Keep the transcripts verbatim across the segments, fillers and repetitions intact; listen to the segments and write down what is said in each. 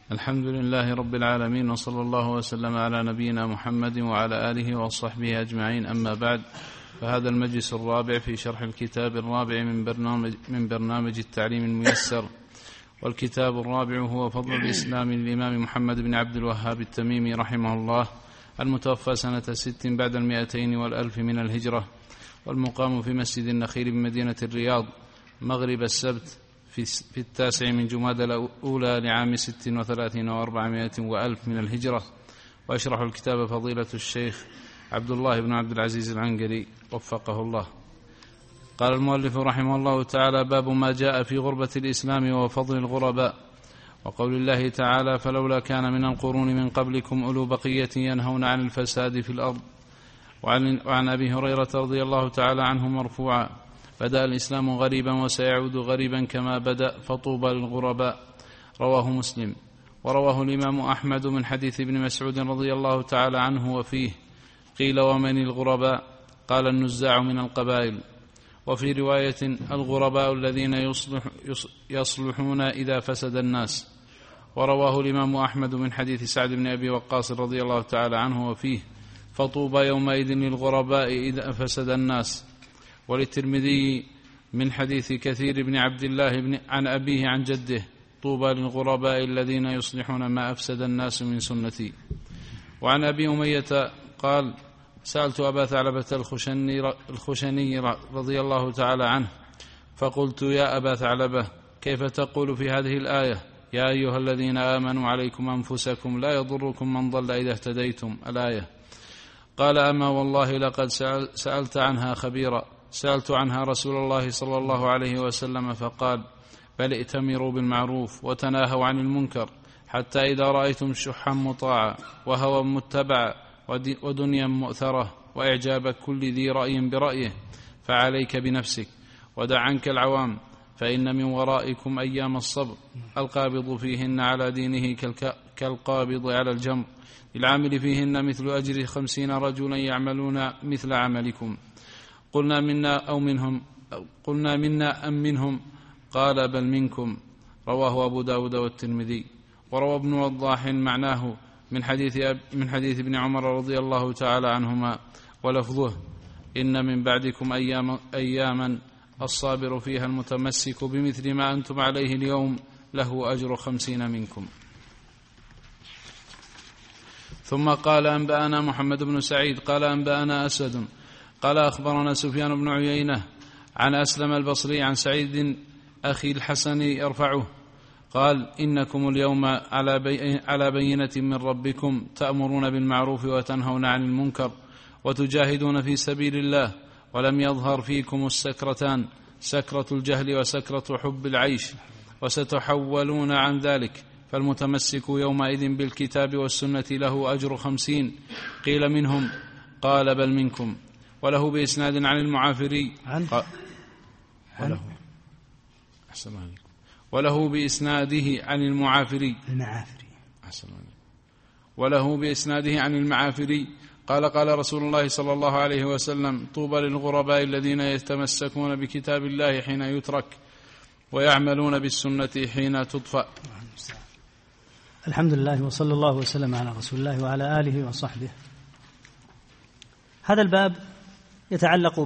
الحمد لله رب العالمين، وصلى الله وسلم على نبينا محمد وعلى آله وصحبه أجمعين. أما بعد، فهذا المجلس الرابع في شرح الكتاب الرابع من برنامج, من برنامج التعليم الميسر، والكتاب الرابع هو فضل الإسلام للإمام محمد بن عبد الوهاب التميمي رحمه الله، المتوفى سنة ست بعد المئتين والألف من الهجرة، والمقام في مسجد النخيل بمدينة الرياض مغرب السبت في التاسع من جمادى الأولى لعام ست وثلاثين وأربعمائة وألف من الهجرة. ويشرح الكتاب فضيلة الشيخ عبد الله بن عبد العزيز العنقري وفقه الله. قال المؤلف رحمه الله تعالى: باب ما جاء في غربة الإسلام وفضل الغرباء، وقول الله تعالى: فلولا كان من القرون من قبلكم أولو بقية ينهون عن الفساد في الأرض. وعن, وعن أبي هريرة رضي الله تعالى عنه مرفوعا: بدأ الإسلام غريبا وسيعود غريبا كما بدأ، فطوبى للغرباء. رواه مسلم. ورواه الإمام أحمد من حديث ابن مسعود رضي الله تعالى عنه وفيه: قيل ومن الغرباء؟ قال: النزاع من القبائل. وفي رواية: الغرباء الذين يصلح يصلحون إذا فسد الناس. ورواه الإمام أحمد من حديث سعد بن أبي وقاص رضي الله تعالى عنه وفيه: فطوبى يومئذ للغرباء إذا فسد الناس. وللترمذي من حديث كثير بن عبد الله بن عن أبيه عن جده: طوبى للغرباء الذين يصلحون ما أفسد الناس من سنتي. وعن أبي أمية قال: سألت أبا ثعلبة الخشني, الخشني رضي الله تعالى عنه، فقلت: يا أبا ثعلبة، كيف تقول في هذه الآية: يا أيها الذين آمنوا عليكم أنفسكم لا يضركم من ضل إذا اهتديتم، الآية؟ قال: أما والله لقد سألت عنها خبيرا، سألت عنها رسول الله صلى الله عليه وسلم فقال: بل ائتمروا بالمعروف وتناهوا عن المنكر، حتى إذا رأيتم شحا مطاعا وهوى متبعا ودنيا مؤثرة وإعجاب كل ذي رأي برأيه، فعليك بنفسك ودع عنك العوام، فإن من ورائكم أيام الصبر، القابض فيهن على دينه كالقابض على الجمر، للعامل فيهن مثل أجر خمسين رجلا يعملون مثل عملكم. قلنا منا أو منهم قلنا منا أم منهم؟ قال: بل منكم. رواه أبو داود والترمذي. وروى ابن وضاح معناه من حديث, من حديث ابن عمر رضي الله تعالى عنهما، ولفظه: إن من بعدكم أيام أياما الصابر فيها المتمسك بمثل ما أنتم عليه اليوم له أجر خمسين منكم. ثم قال: أنبأنا محمد بن سعيد قال: أنبأنا أسد قال: أخبرنا سفيان بن عيينة عن أسلم البصري عن سعيد أخي الحسن يرفعه قال: إنكم اليوم على بينة من ربكم، تأمرون بالمعروف وتنهون عن المنكر وتجاهدون في سبيل الله، ولم يظهر فيكم السكرتان، سكرة الجهل وسكرة حب العيش، وستحولون عن ذلك، فالمتمسك يومئذ بالكتاب والسنة له أجر خمسين. قيل منهم؟ قال: بل منكم. وله بإسناد عن المعافري وله, وله بإسناده عن المعافري وله بإسناده عن المعافري قال: قال رسول الله صلى الله عليه وسلم: طوبى للغرباء الذين يتمسكون بكتاب الله حين يترك، ويعملون بالسنة حين تطفأ. الحمد لله، وصلى الله وسلم على رسول الله وعلى آله وصحبه. هذا الباب يتعلق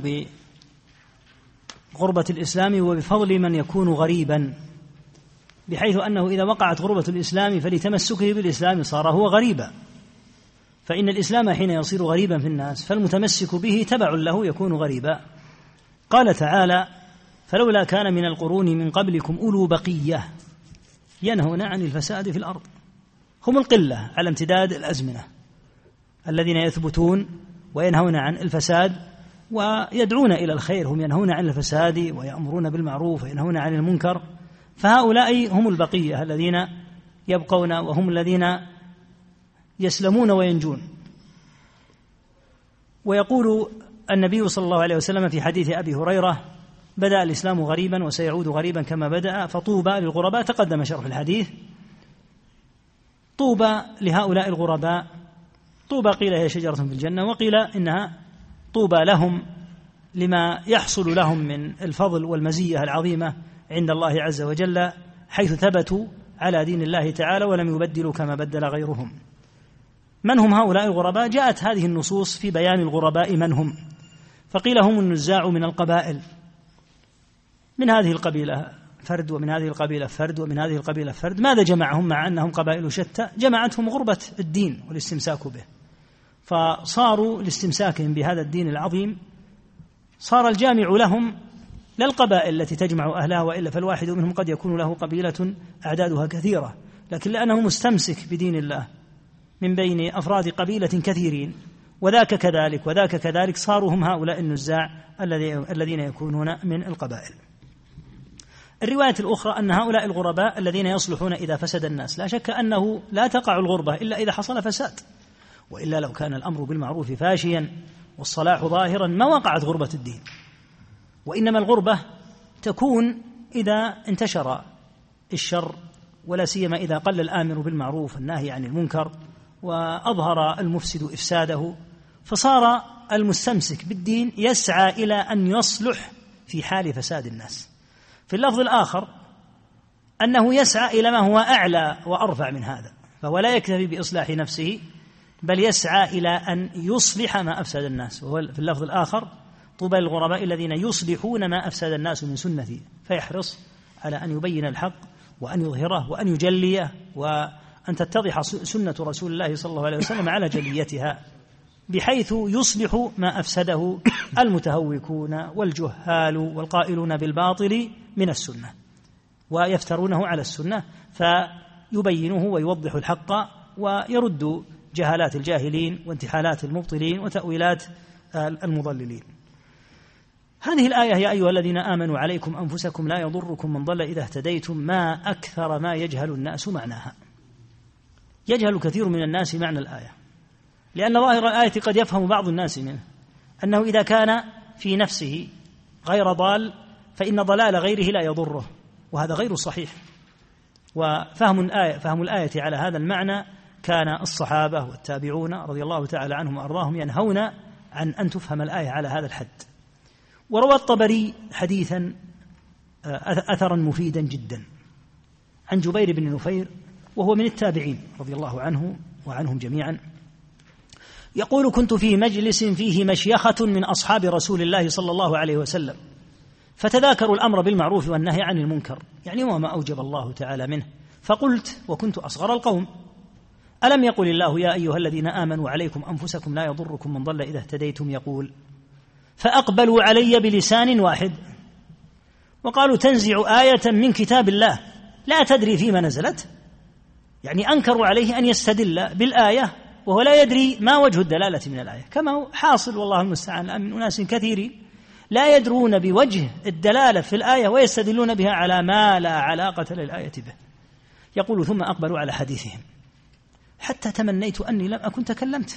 بغربة الإسلام وبفضل من يكون غريبا، بحيث أنه إذا وقعت غربة الإسلام فلتمسكه بالإسلام صار هو غريبا، فإن الإسلام حين يصير غريبا في الناس فالمتمسك به تبع له يكون غريبا. قال تعالى: فلولا كان من القرون من قبلكم أولو بقية ينهون عن الفساد في الأرض. هم القلة على امتداد الأزمنة الذين يثبتون وينهون عن الفساد ويدعون إلى الخير، هم ينهون عن الفساد ويأمرون بالمعروف وينهون عن المنكر، فهؤلاء هم البقية الذين يبقون وهم الذين يسلمون وينجون. ويقول النبي صلى الله عليه وسلم في حديث أبي هريرة: بدأ الإسلام غريبا وسيعود غريبا كما بدأ، فطوبى للغرباء. تقدم شرح الحديث. طوبى لهؤلاء الغرباء، طوبى قيل هي شجرة في الجنة، وقيل إنها طوبى لهم لما يحصل لهم من الفضل والمزية العظيمة عند الله عز وجل، حيث ثبتوا على دين الله تعالى ولم يبدلوا كما بدل غيرهم. من هم هؤلاء الغرباء؟ جاءت هذه النصوص في بيان الغرباء من هم، فقيل هم النزاع من القبائل، من هذه القبيلة فرد ومن هذه القبيلة فرد ومن هذه القبيلة فرد. ماذا جمعهم مع أنهم قبائل شتى؟ جمعتهم غربة الدين والاستمساك به، فصاروا لاستمساكهم بهذا الدين العظيم صار الجامع لهم لا القبائل التي تجمع أهلها، وإلا فالواحد منهم قد يكون له قبيلة أعدادها كثيرة، لكن لأنه مستمسك بدين الله من بين أفراد قبيلة كثيرين، وذاك كذلك وذاك كذلك، صاروا هم هؤلاء النزاع الذين يكونون من القبائل. الرواية الأخرى أن هؤلاء الغرباء الذين يصلحون إذا فسد الناس. لا شك أنه لا تقع الغربة إلا إذا حصل فساد، وإلا لو كان الأمر بالمعروف فاشيا والصلاح ظاهرا ما وقعت غربة الدين، وإنما الغربة تكون إذا انتشر الشر، ولا سيما إذا قل الآمر بالمعروف والناهي عن المنكر وأظهر المفسد إفساده، فصار المستمسك بالدين يسعى إلى أن يصلح في حال فساد الناس. في اللفظ الآخر أنه يسعى إلى ما هو أعلى وأرفع من هذا، فهو لا يكتفي بإصلاح نفسه بل يسعى إلى أن يصلح ما أفسد الناس. وهو في اللفظ الآخر طوبى للغرباء الذين يصلحون ما أفسد الناس من سنتي، فيحرص على أن يبين الحق وأن يظهره وأن يجليه، وأن تتضح سنة رسول الله صلى الله عليه وسلم على جليتها، بحيث يصلح ما أفسده المتهوكون والجهال والقائلون بالباطل من السنة ويفترونه على السنة، فيبينه ويوضح الحق ويرد جهالات الجاهلين وانتحالات المبطلين وتأويلات المضللين. هذه الآية يا أيها الذين آمنوا عليكم أنفسكم لا يضركم من ضل إذا اهتديتم، ما أكثر ما يجهل الناس معناها. يجهل كثير من الناس معنى الآية، لأن ظاهر الآية قد يفهم بعض الناس منه أنه إذا كان في نفسه غير ضال فإن ضلال غيره لا يضره، وهذا غير صحيح. وفهم الآية فهم الآية على هذا المعنى كان الصحابة والتابعون رضي الله تعالى عنهم وأرضاهم ينهون عن أن تفهم الآية على هذا الحد. وروى الطبري حديثا أثرا مفيدا جدا عن جبير بن نفير وهو من التابعين رضي الله عنه وعنهم جميعا، يقول: كنت في مجلس فيه مشيخة من أصحاب رسول الله صلى الله عليه وسلم، فتذاكروا الأمر بالمعروف والنهي عن المنكر، يعني وما أوجب الله تعالى منه. فقلت وكنت أصغر القوم: ألم يقل الله يا أيها الذين آمنوا عليكم أنفسكم لا يضركم من ضل إذا اهتديتم؟ يقول. فأقبلوا علي بلسان واحد وقالوا: تنزع آية من كتاب الله لا تدري فيما نزلت، يعني أنكروا عليه أن يستدل بالآية وهو لا يدري ما وجه الدلالة من الآية، كما هو حاصل والله المستعان من أناس كثيرين لا يدرون بوجه الدلالة في الآية ويستدلون بها على ما لا علاقة للآية به. يقول: ثم أقبلوا على حديثهم حتى تمنيت أني لم أكن تكلمت،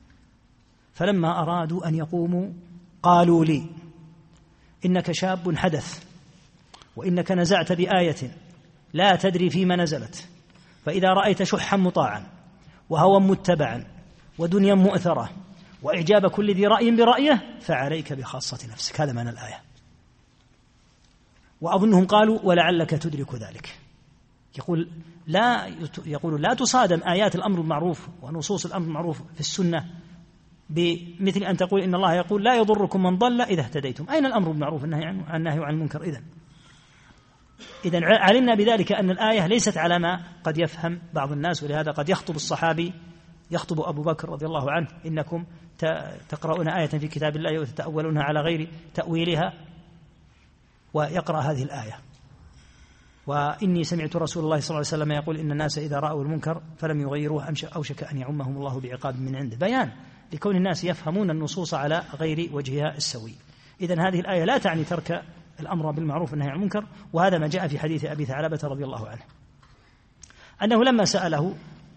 فلما أرادوا أن يقوموا قالوا لي: إنك شاب حدث، وإنك نزعت بآية لا تدري فيما نزلت، فإذا رأيت شحا مطاعا وهوى متبعا ودنيا مؤثرة وإعجاب كل ذي رأي برأيه فعليك بخاصة نفسك. هذا معنى الآية. وأظنهم قالوا: ولعلك تدرك ذلك. يقول لا يقول لا تصادم آيات الأمر بالمعروف ونصوص الأمر بالمعروف في السنة بمثل أن تقول إن الله يقول لا يضركم من ضل إذا اهتديتم. أين الأمر بالمعروف والنهي عن المنكر؟ إذن إذن علمنا بذلك أن الآية ليست على ما قد يفهم بعض الناس، ولهذا قد يخطب الصحابي يخطب أبو بكر رضي الله عنه: إنكم تقرؤون آية في كتاب الله وتتأولونها على غير تأويلها، ويقرأ هذه الآية: وإني سمعت رسول الله صلى الله عليه وسلم يقول إن الناس إذا رأوا المنكر فلم يغيروه أوشك أن يعمهم الله بعقاب من عنده. بيان لكون الناس يفهمون النصوص على غير وجهها السوي. إذن هذه الآية لا تعني ترك الأمر بالمعروف والنهي عن المنكر، وهذا ما جاء في حديث أبي ثعلبة رضي الله عنه أنه لما سأله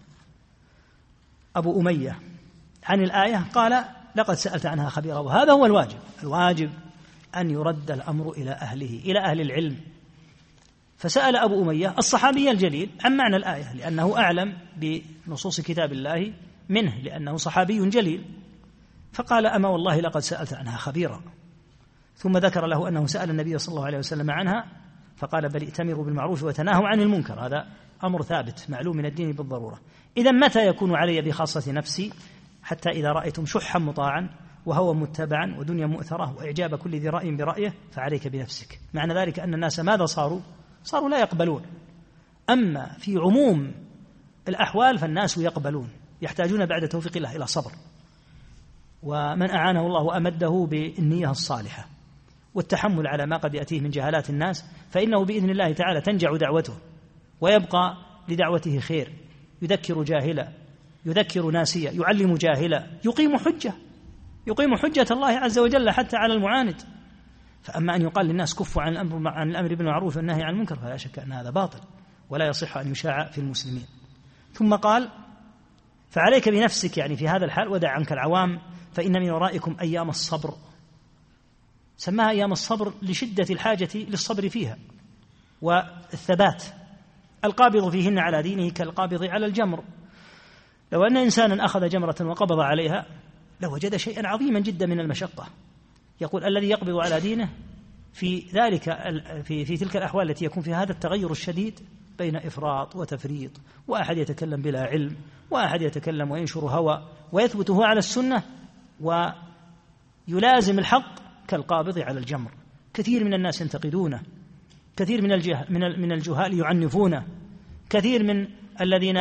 أبو أمية عن الآية قال: لقد سألت عنها خبيرا. وهذا هو الواجب، الواجب أن يرد الأمر إلى أهله، إلى أهل العلم. فسأل أبو أمية الصحابي الجليل عن معنى الآية لأنه أعلم بنصوص كتاب الله منه، لأنه صحابي جليل. فقال: أما والله لقد سألت عنها خبيرا. ثم ذكر له أنه سأل النبي صلى الله عليه وسلم عنها فقال: بل ائتمروا بالمعروف وتناهوا عن المنكر. هذا أمر ثابت معلوم من الدين بالضرورة. إذا متى يكون علي بخاصة نفسي؟ حتى إذا رأيتم شحا مطاعا وهوى متبعا ودنيا مؤثرة وإعجاب كل ذي رأي برأيه فعليك بنفسك. معنى ذلك أن الناس ماذا صاروا؟ صاروا لا يقبلون. أما في عموم الأحوال فالناس يقبلون، يحتاجون بعد توفيق الله إلى صبر، ومن أعانه الله وأمده بالنية الصالحة والتحمل على ما قد يأتيه من جهالات الناس فإنه بإذن الله تعالى تنجع دعوته ويبقى لدعوته خير. يذكر جاهلا، يذكر ناسيا، يعلم جاهلا، يقيم حجة يقيم حجة الله عز وجل حتى على المعاند. فأما أن يقال للناس كفوا عن الأمر عن الأمر بالمعروف والنهي عن المنكر فلا شك أن هذا باطل ولا يصح أن يشاع في المسلمين. ثم قال فعليك بنفسك، يعني في هذا الحال ودع عنك العوام فإن من ورائكم أيام الصبر. سماها أيام الصبر لشدة الحاجة للصبر فيها والثبات. القابض فيهن على دينه كالقابض على الجمر. لو أن إنسانا أخذ جمرة وقبض عليها لوجد شيئا عظيما جدا من المشقة. يقول الذي يقبض على دينه في ذلك في في تلك الأحوال التي يكون فيها هذا التغير الشديد بين إفراط وتفريط، وأحد يتكلم بلا علم، وأحد يتكلم وينشر هوى، ويثبت هو على السنة ويلازم الحق كالقابض على الجمر. كثير من الناس ينتقدونه، كثير من الجه من من الجهال يعنفونه، كثير من الذين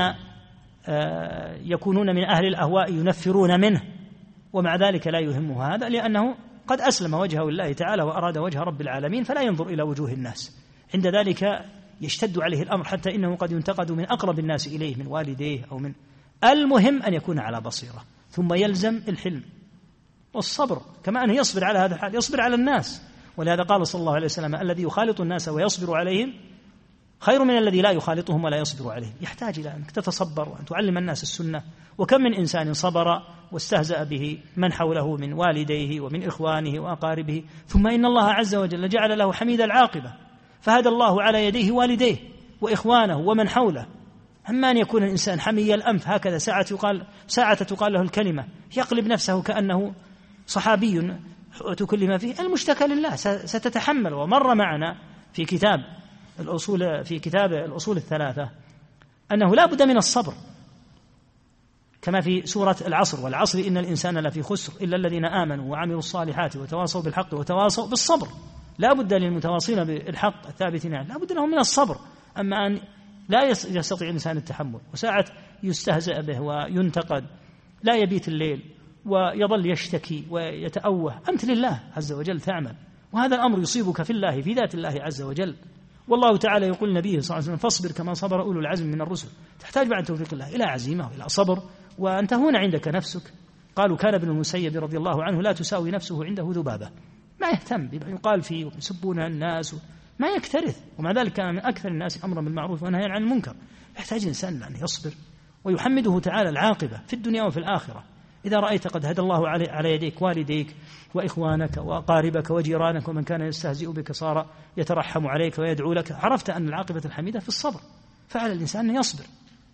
يكونون من أهل الأهواء ينفرون منه، ومع ذلك لا يهمه هذا لأنه قد أسلم وجهه لله تعالى وأراد وجه رب العالمين فلا ينظر إلى وجوه الناس. عند ذلك يشتد عليه الأمر حتى إنه قد ينتقد من أقرب الناس إليه من والديه أو من المهم أن يكون على بصيرة. ثم يلزم الحلم والصبر، كما أنه يصبر على هذا الحال يصبر على الناس. ولهذا قال صلى الله عليه وسلم الذي يخالط الناس ويصبر عليهم خير من الذي لا يخالطهم ولا يصبر عليهم. يحتاج إلى أنك تتصبر وأن تعلم الناس السنة. وكم من إنسان صبر واستهزأ به من حوله من والديه ومن إخوانه وأقاربه، ثم إن الله عز وجل جعل له حميد العاقبة فهدى الله على يديه والديه وإخوانه ومن حوله. أما أن يكون الإنسان حمي الأنف هكذا ساعة يقال ساعة تقال له الكلمة يقلب نفسه كأنه صحابي تكلم فيه، المشتكى لله ستتحمل. ومر معنا في كتاب الأصول في كتاب الأصول الثلاثة أنه لا بد من الصبر، كما في سورة العصر والعصر إن الإنسان لفي خسر إلا الذين آمنوا وعملوا الصالحات وتواصوا بالحق وتواصوا بالصبر. لا بد للمتواصين بالحق الثابتين لا بد لهم من الصبر. أما أن لا يستطيع الإنسان التحمل وساعة يستهزأ به وينتقد لا يبيت الليل ويظل يشتكي ويتأوه، أنت لله عز وجل تعمل، وهذا الأمر يصيبك في الله في ذات الله عز وجل. والله تعالى يقول لنبيه صلى الله عليه وسلم فاصبر كما صبر أولو العزم من الرسل. تحتاج بعد توفيق الله إلى عزيمة وإلى صبر، وأنت هنا عندك نفسك. قالوا كان ابن المسيب رضي الله عنه لا تساوي نفسه عنده ذبابة، ما يهتم بما يقال فيه ويسبون الناس ما يكترث، ومع ذلك كان من أكثر الناس أمرا بالمعروف ونهيا عن المنكر. يحتاج الإنسان أن يصبر ويحمده تعالى العاقبة في الدنيا وفي الآخرة. إذا رأيت قد هدى الله على يديك والديك وإخوانك وأقاربك وجيرانك ومن كان يستهزئ بك صار يترحم عليك ويدعو لك، عرفت أن العاقبة الحميدة في الصبر، فعلى الإنسان أن يصبر.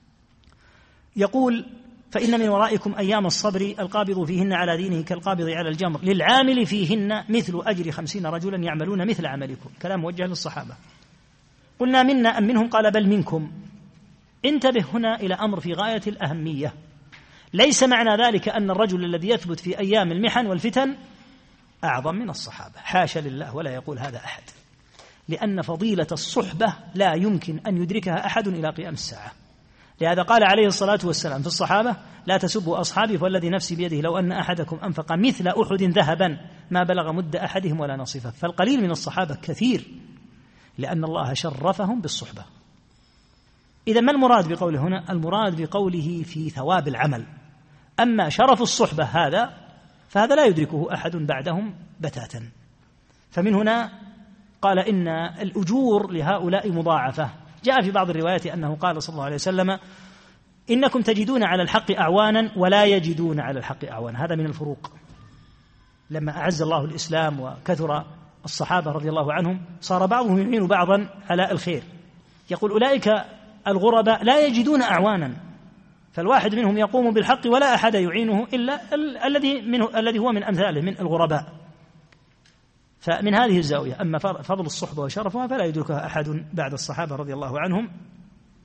يقول فإن من ورائكم أيام الصبر القابض فيهن على دينه كالقابض على الجمر للعامل فيهن مثل أجر خمسين رجلا يعملون مثل عملكم. كلام موجه للصحابة. قلنا منا أم منهم؟ قال بل منكم. انتبه هنا إلى أمر في غاية الأهمية. ليس معنى ذلك أن الرجل الذي يثبت في أيام المحن والفتن أعظم من الصحابة، حاشا لله، ولا يقول هذا أحد، لأن فضيلة الصحبة لا يمكن أن يدركها أحد إلى قيام الساعة. لهذا قال عليه الصلاة والسلام في الصحابة لا تسبوا أصحابي فالذي نفسي بيده لو أن أحدكم أنفق مثل أحد ذهبا ما بلغ مد أحدهم ولا نصفه. فالقليل من الصحابة كثير لأن الله شرفهم بالصحبة. إذا ما المراد بقوله هنا؟ المراد بقوله في ثواب العمل. أما شرف الصحبة هذا فهذا لا يدركه أحد بعدهم بتاتا. فمن هنا قال إن الأجور لهؤلاء مضاعفة. جاء في بعض الروايات أنه قال صلى الله عليه وسلم إنكم تجدون على الحق أعوانا ولا يجدون على الحق أعوانا. هذا من الفروق. لما أعز الله الإسلام وكثر الصحابة رضي الله عنهم صار بعضهم يعين بعضا على الخير. يقول أولئك الغرباء لا يجدون أعوانا، فالواحد منهم يقوم بالحق ولا أحد يعينه إلا الذي منه الذي هو من أمثاله من الغرباء. فمن هذه الزاوية أما فضل الصحبة وشرفها فلا يدركها أحد بعد الصحابة رضي الله عنهم.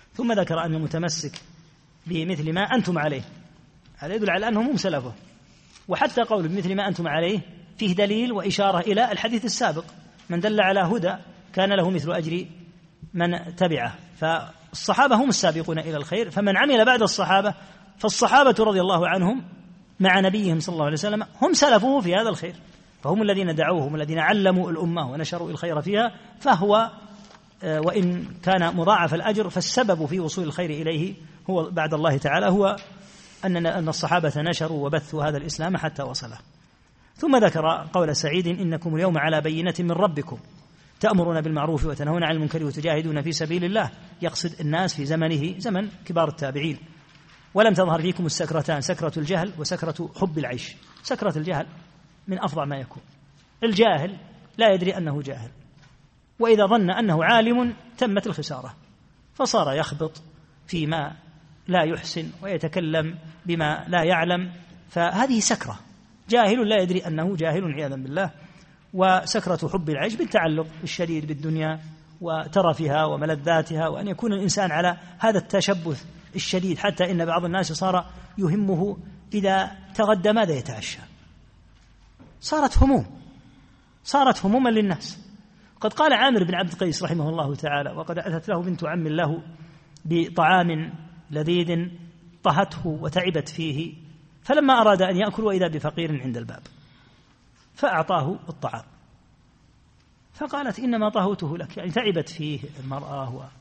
ثم ذكر أن المتمسك بمثل ما أنتم عليه هذا يدل على أنهم هم سلفه، وحتى قول بمثل ما أنتم عليه فيه دليل وإشارة إلى الحديث السابق: من دل على هدى كان له مثل أجر من تبعه. فالصحابة هم السابقون إلى الخير، فمن عمل بعد الصحابة فالصحابة رضي الله عنهم مع نبيهم صلى الله عليه وسلم هم سلفوه في هذا الخير، فهم الذين دعوه، هم الذين علموا الأمة ونشروا الخير فيها. فهو وإن كان مضاعف الأجر فالسبب في وصول الخير إليه هو بعد الله تعالى هو أن الصحابة نشروا وبثوا هذا الإسلام حتى وصله. ثم ذكر قول سعيد: إنكم اليوم على بينة من ربكم تأمرون بالمعروف وتنهون عن المنكر وتجاهدون في سبيل الله. يقصد الناس في زمنه زمن كبار التابعين. ولم تظهر فيكم السكرتان، سكرة الجهل وسكرة حب العيش. سكرة الجهل من أفظع ما يكون، الجاهل لا يدري أنه جاهل، وإذا ظن أنه عالم تمت الخسارة، فصار يخبط فيما لا يحسن ويتكلم بما لا يعلم، فهذه سكرة، جاهل لا يدري أنه جاهل عياذا بالله. وسكرة حب العيش بالتعلق الشديد بالدنيا وترفها وملذاتها، وأن يكون الإنسان على هذا التشبث الشديد حتى إن بعض الناس صار يهمه إذا تغدى ماذا يتعشى. صارت هموم، صارت هموما للناس. قد قال عامر بن عبد القيس رحمه الله تعالى: وقد أتت له بنت عم له بطعام لذيذ طهته وتعبت فيه، فلما أراد أن يأكل وإذا بفقير عند الباب فأعطاه الطعام، فقالت: إنما طهوته لك، يعني تعبت فيه المرأة. و...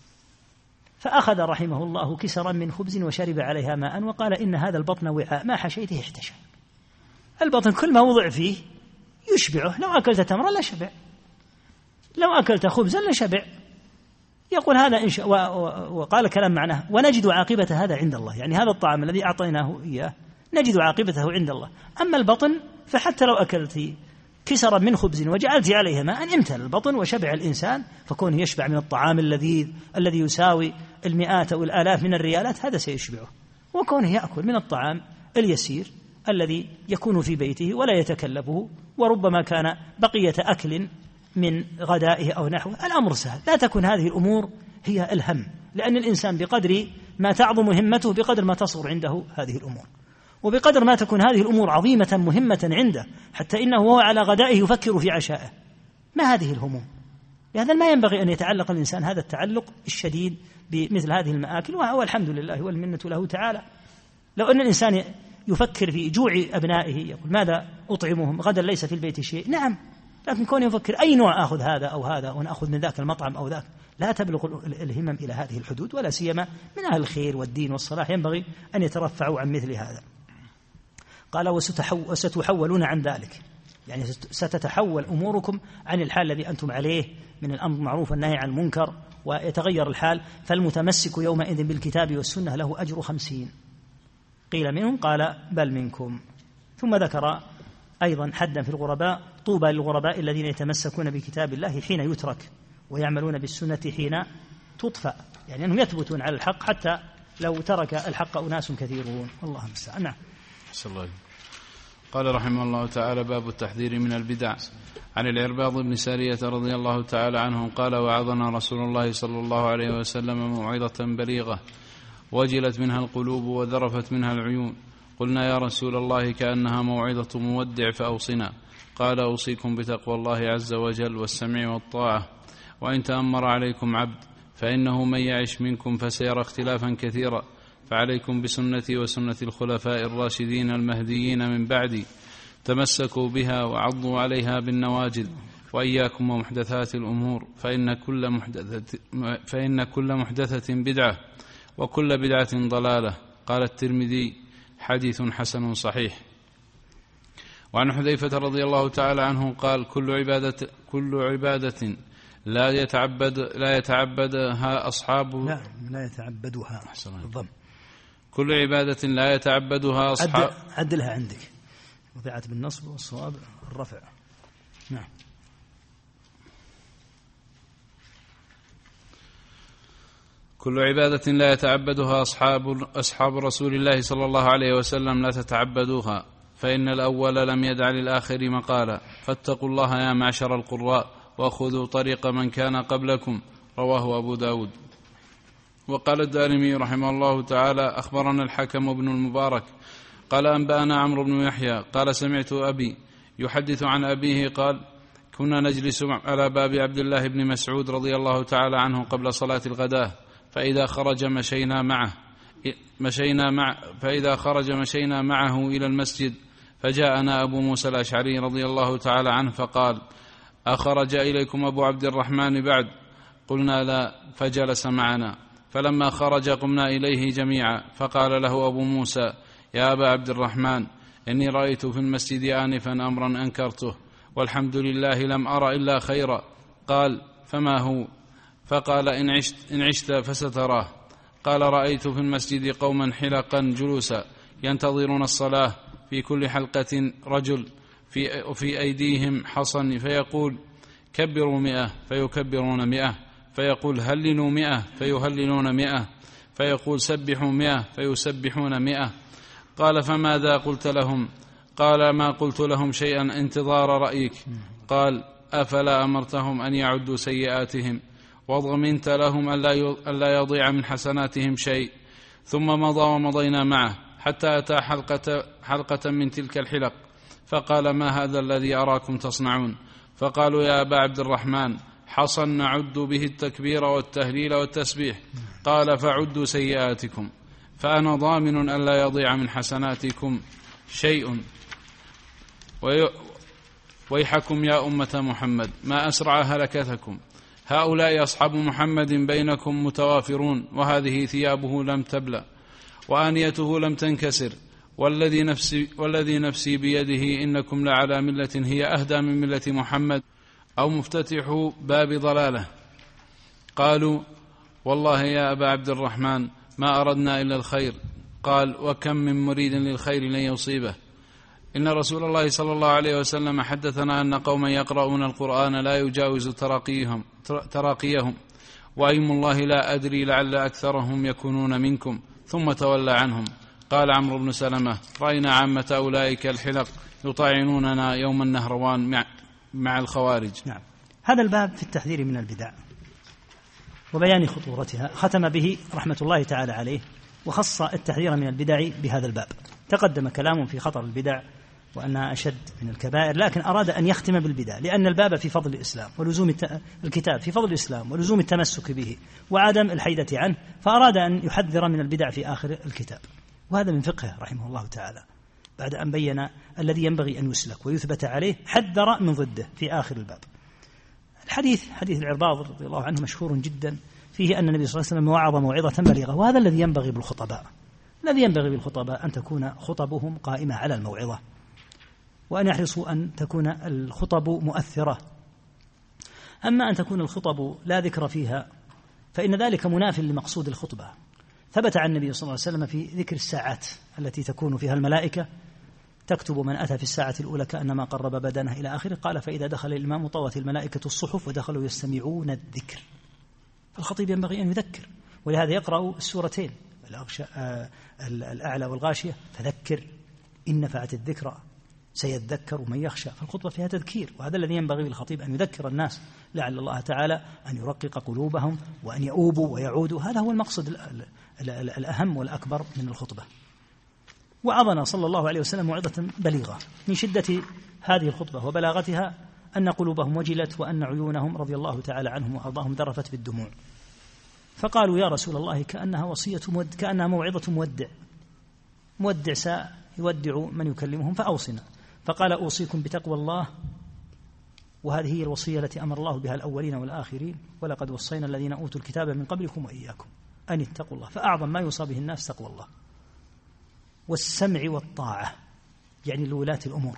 فأخذ رحمه الله كسرا من خبز وشرب عليها ماء وقال: إن هذا البطن وعاء ما حشيته احتشى. البطن كل ما وضع فيه يشبعه، لو أكلت تمرا لا شبع، لو أكلت خبزا لا شبع. يقول هذا إن شاء و... و... وقال كلام معناه: ونجد عاقبة هذا عند الله، يعني هذا الطعام الذي أعطيناه إياه نجد عاقبته عند الله. أما البطن فحتى لو أكلت كسرا من خبز وجعلت عليه ماء امتلأ البطن وشبع الإنسان، فكونه يشبع من الطعام اللذيذ الذي يساوي المئات أو الآلاف من الريالات هذا سيشبعه، وكونه يأكل من الطعام اليسير الذي يكون في بيته ولا يتكلفه، وربما كان بقية أكل من غدائه أو نحوه، الأمر سهل. لا تكن هذه الأمور هي الهم، لأن الإنسان بقدر ما تعظم همته بقدر ما تصغر عنده هذه الأمور، وبقدر ما تكون هذه الأمور عظيمة مهمة عنده حتى إنه وهو على غدائه يفكر في عشائه. ما هذه الهموم؟ لهذا ما ينبغي أن يتعلق الإنسان هذا التعلق الشديد بمثل هذه المآكل، وهو الحمد لله والمنة له تعالى. لو أن الإنسان يفكر في جوع أبنائه يقول: ماذا أطعمهم غدا ليس في البيت شيء، نعم، لكن كون يفكر أي نوع أخذ هذا أو هذا ونأخذ من ذاك المطعم أو ذاك، لا تبلغ الهمم إلى هذه الحدود، ولا سيما من أهل الخير والدين والصلاح ينبغي أن يترفعوا عن مثل هذا. قال: وستحولون عن ذلك، يعني ستتحول أموركم عن الحال الذي أنتم عليه من الأمر بالمعروف والنهي عن المنكر، ويتغير الحال. فالمتمسك يومئذ بالكتاب والسنة له أجر خمسين. قيل منهم؟ قال: بل منكم. ثم ذكر أيضا حدا في الغرباء: طوبى للغرباء الذين يتمسكون بكتاب الله حين يترك ويعملون بالسنة حين تطفأ، يعني أنهم يثبتون على الحق حتى لو ترك الحق أناس كثيرون. الله المستعان. نعم. قال رحمه الله تعالى: باب التحذير من البدع. عن العرباض بن سارية رضي الله تعالى عنه قال: وعظنا رسول الله صلى الله عليه وسلم موعظة بليغة وجلت منها القلوب وذرفت منها العيون. قلنا: يا رسول الله كأنها موعظة مودع فأوصنا. قال: أوصيكم بتقوى الله عز وجل والسمع والطاعة، وإن تأمر عليكم عبد فإنه من يعش منكم فسيرى اختلافا كثيرا، فعليكم بسنتي وسنة الخلفاء الراشدين المهديين من بعدي، تمسكوا بها وعضوا عليها بالنواجذ، وإياكم ومحدثات الأمور، فإن كل محدثة, فإن كل محدثة بدعة وكل بدعة ضلالة. قال الترمذي: حديث حسن صحيح. وعن حذيفة رضي الله تعالى عنه قال: كل عبادة, كل عبادة لا يتعبد لا يتعبدها أصحاب لا لا يتعبدها بالضم. كل عبادة لا يتعبدها أصحاب عدلها عندك، وضعت بالنصب والصواب الرفع. نعم. كل عبادة لا يتعبدها أصحاب أصحاب رسول الله صلى الله عليه وسلم لا تتعبدوها، فإن الأول لم يدع للآخر مقالا، فاتقوا الله يا معشر القراء وخذوا طريق من كان قبلكم. رواه أبو داود. وقال الدارمي رحمه الله تعالى: أخبرنا الحكم بن المبارك قال أنبأنا عمرو بن يحيى قال سمعت أبي يحدث عن أبيه قال: كنا نجلس على باب عبد الله بن مسعود رضي الله تعالى عنه قبل صلاة الغداة، فإذا خرج مشينا معه مشينا مع فإذا خرج مشينا معه إلى المسجد، فجاءنا أبو موسى الأشعري رضي الله تعالى عنه فقال: أخرج إليكم أبو عبد الرحمن بعد؟ قلنا لا، فجلس معنا، فلما خرج قمنا إليه جميعا، فقال له أبو موسى: يا أبا عبد الرحمن، إني رأيت في المسجد آنفا أمرا أنكرته، والحمد لله لم أرى إلا خيرا. قال: فما هو؟ فقال: إن عشت, إن عشت فستراه. قال: رأيت في المسجد قوما حلقا جلوسا ينتظرون الصلاة، في كل حلقة رجل، في, في أيديهم حصن، فيقول: كبروا مئة، فيكبرون مئة، فيقول: هللوا مئة، فيهللون مئة، فيقول: سبحوا مئة، فيسبحون مئة. قال: فماذا قلت لهم؟ قال: ما قلت لهم شيئا انتظار رأيك. قال: أفلا أمرتهم أن يعدوا سيئاتهم وضمنت لهم ألا يضيع من حسناتهم شيء؟ ثم مضى ومضينا معه حتى أتى حلقة, حلقة من تلك الحلق، فقال: ما هذا الذي أراكم تصنعون؟ فقالوا: يا أبا عبد الرحمن، حصن نعد به التكبير والتهليل والتسبيح. قال: فعدوا سيئاتكم، فأنا ضامن ألا يضيع من حسناتكم شيء. ويحكم يا أمة محمد، ما أسرع هلكتكم، هؤلاء أصحاب محمد بينكم متوافرون، وهذه ثيابه لم تبلى وآنيته لم تنكسر، والذي نفسي, والذي نفسي بيده إنكم لعلى ملة هي أهدى من ملة محمد، أو مفتتح باب ضلاله. قالوا: والله يا أبا عبد الرحمن ما أردنا إلا الخير. قال: وكم من مريد للخير لن يصيبه. إن رسول الله صلى الله عليه وسلم حدثنا أن قوما يقرؤون القرآن لا يجاوز تراقيهم, تراقيهم وأيم الله لا أدري لعل أكثرهم يكونون منكم. ثم تولى عنهم. قال عمرو بن سلمة: رأينا عامة أولئك الحلق يطاعنوننا يوم النهروان مع, مع الخوارج. نعم. هذا الباب في التحذير من البدع وبيان خطورتها ختم به رحمة الله تعالى عليه، وخص التحذير من البدع بهذا الباب. تقدم كلام في خطر البدع وأنها أشد من الكبائر، لكن أراد أن يختم بالبدع لأن الباب في فضل الإسلام ولزوم الكتاب في فضل الإسلام ولزوم التمسك به وعدم الحيدة عنه، فأراد أن يحذر من البدع في آخر الكتاب. وهذا من فقهه رحمه الله تعالى، بعد أن بين الذي ينبغي أن يسلك ويثبت عليه حذر من ضده في آخر الباب. الحديث حديث العرباض رضي الله عنه مشهور جدا، فيه أن النبي صلى الله عليه وسلم وعظ موعظة بليغة، وهذا الذي ينبغي بالخطباء. الذي ينبغي بالخطباء أن تكون خطبهم قائمة على الموعظة، وأن يحرصوا أن تكون الخطب مؤثرة. أما أن تكون الخطب لا ذكر فيها فإن ذلك مناف لمقصود الخطبة. ثبت عن النبي صلى الله عليه وسلم في ذكر الساعات التي تكون فيها الملائكة تكتب من أتى في الساعة الأولى كأنما قرب بدنه إلى آخره. قال: فإذا دخل الإمام طوت الملائكة الصحف ودخلوا يستمعون الذكر. فالخطيب ينبغي أن يذكر، ولهذا يقرأ السورتين الأعلى والغاشية: فذكر إن نفعت الذكرى سيذكر من يخشى. فالخطبة فيها تذكير، وهذا الذي ينبغي للخطيب أن يذكر الناس لعل الله تعالى أن يرقق قلوبهم وأن يؤوبوا ويعودوا. هذا هو المقصد الأهم والأكبر من الخطبة. وعظنا صلى الله عليه وسلم موعظة بليغة. من شدة هذه الخطبة وبلاغتها أن قلوبهم وجلت وأن عيونهم رضي الله تعالى عنهم وأرضاهم ذرفت بالدموع، فقالوا: يا رسول الله كأنها وصية مود كأنها موعظة مودع مودع سيودع من يكلمهم فأوصنا. فقال: أوصيكم بتقوى الله، وهذه هي الوصية التي أمر الله بها الأولين والآخرين، ولقد وصينا الذين أوتوا الكتاب من قبلكم وإياكم أن اتقوا الله. فأعظم ما يوصى به الناس تقوى الله والسمع والطاعة، يعني لولاة الأمور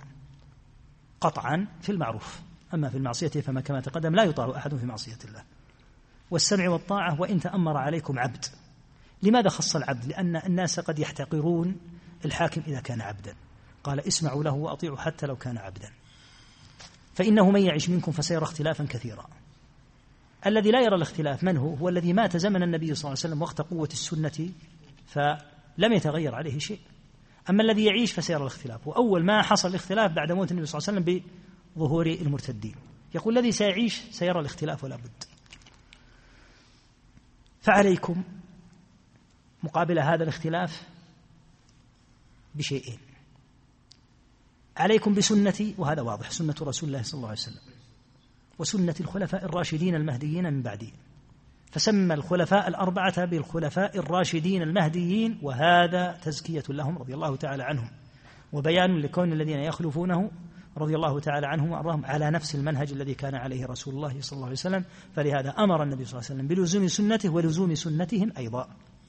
قطعا في المعروف، أما في المعصية فما كما تقدم لا يطاع أحد في معصية الله. والسمع والطاعة وإن تأمر عليكم عبد. لماذا خص العبد؟ لأن الناس قد يحتقرون الحاكم إذا كان عبدا. قال: اسمعوا له وأطيعوا حتى لو كان عبدا، فإنه من يعش منكم فسيرى اختلافا كثيرا. الذي لا يرى الاختلاف من هو؟ هو الذي مات زمن النبي صلى الله عليه وسلم وقت قوة السنة فلم يتغير عليه شيء. أما الذي يعيش فسيرى الاختلاف، وأول ما حصل الاختلاف بعد موت النبي صلى الله عليه وسلم بظهور المرتدين. يقول: الذي سيعيش سيرى الاختلاف ولا بد. فعليكم مقابل هذا الاختلاف بشيئين: عليكم بسنتي، وهذا واضح، سنة رسول الله صلى الله عليه وسلم، وسنة الخلفاء الراشدين المهديين من بعدي. فسمى الخلفاء الأربعة بالخلفاء الراشدين المهديين، وهذا تزكية لهم رضي الله تعالى عنهم، وبيان لكون الذين يخلفونه رضي الله تعالى عنهم وأرضاهم على نفس المنهج الذي كان عليه رسول الله صلى الله عليه وسلم. فلهذا أمر النبي صلى الله عليه وسلم بلزوم سنته ولزوم سنتهم أيضا.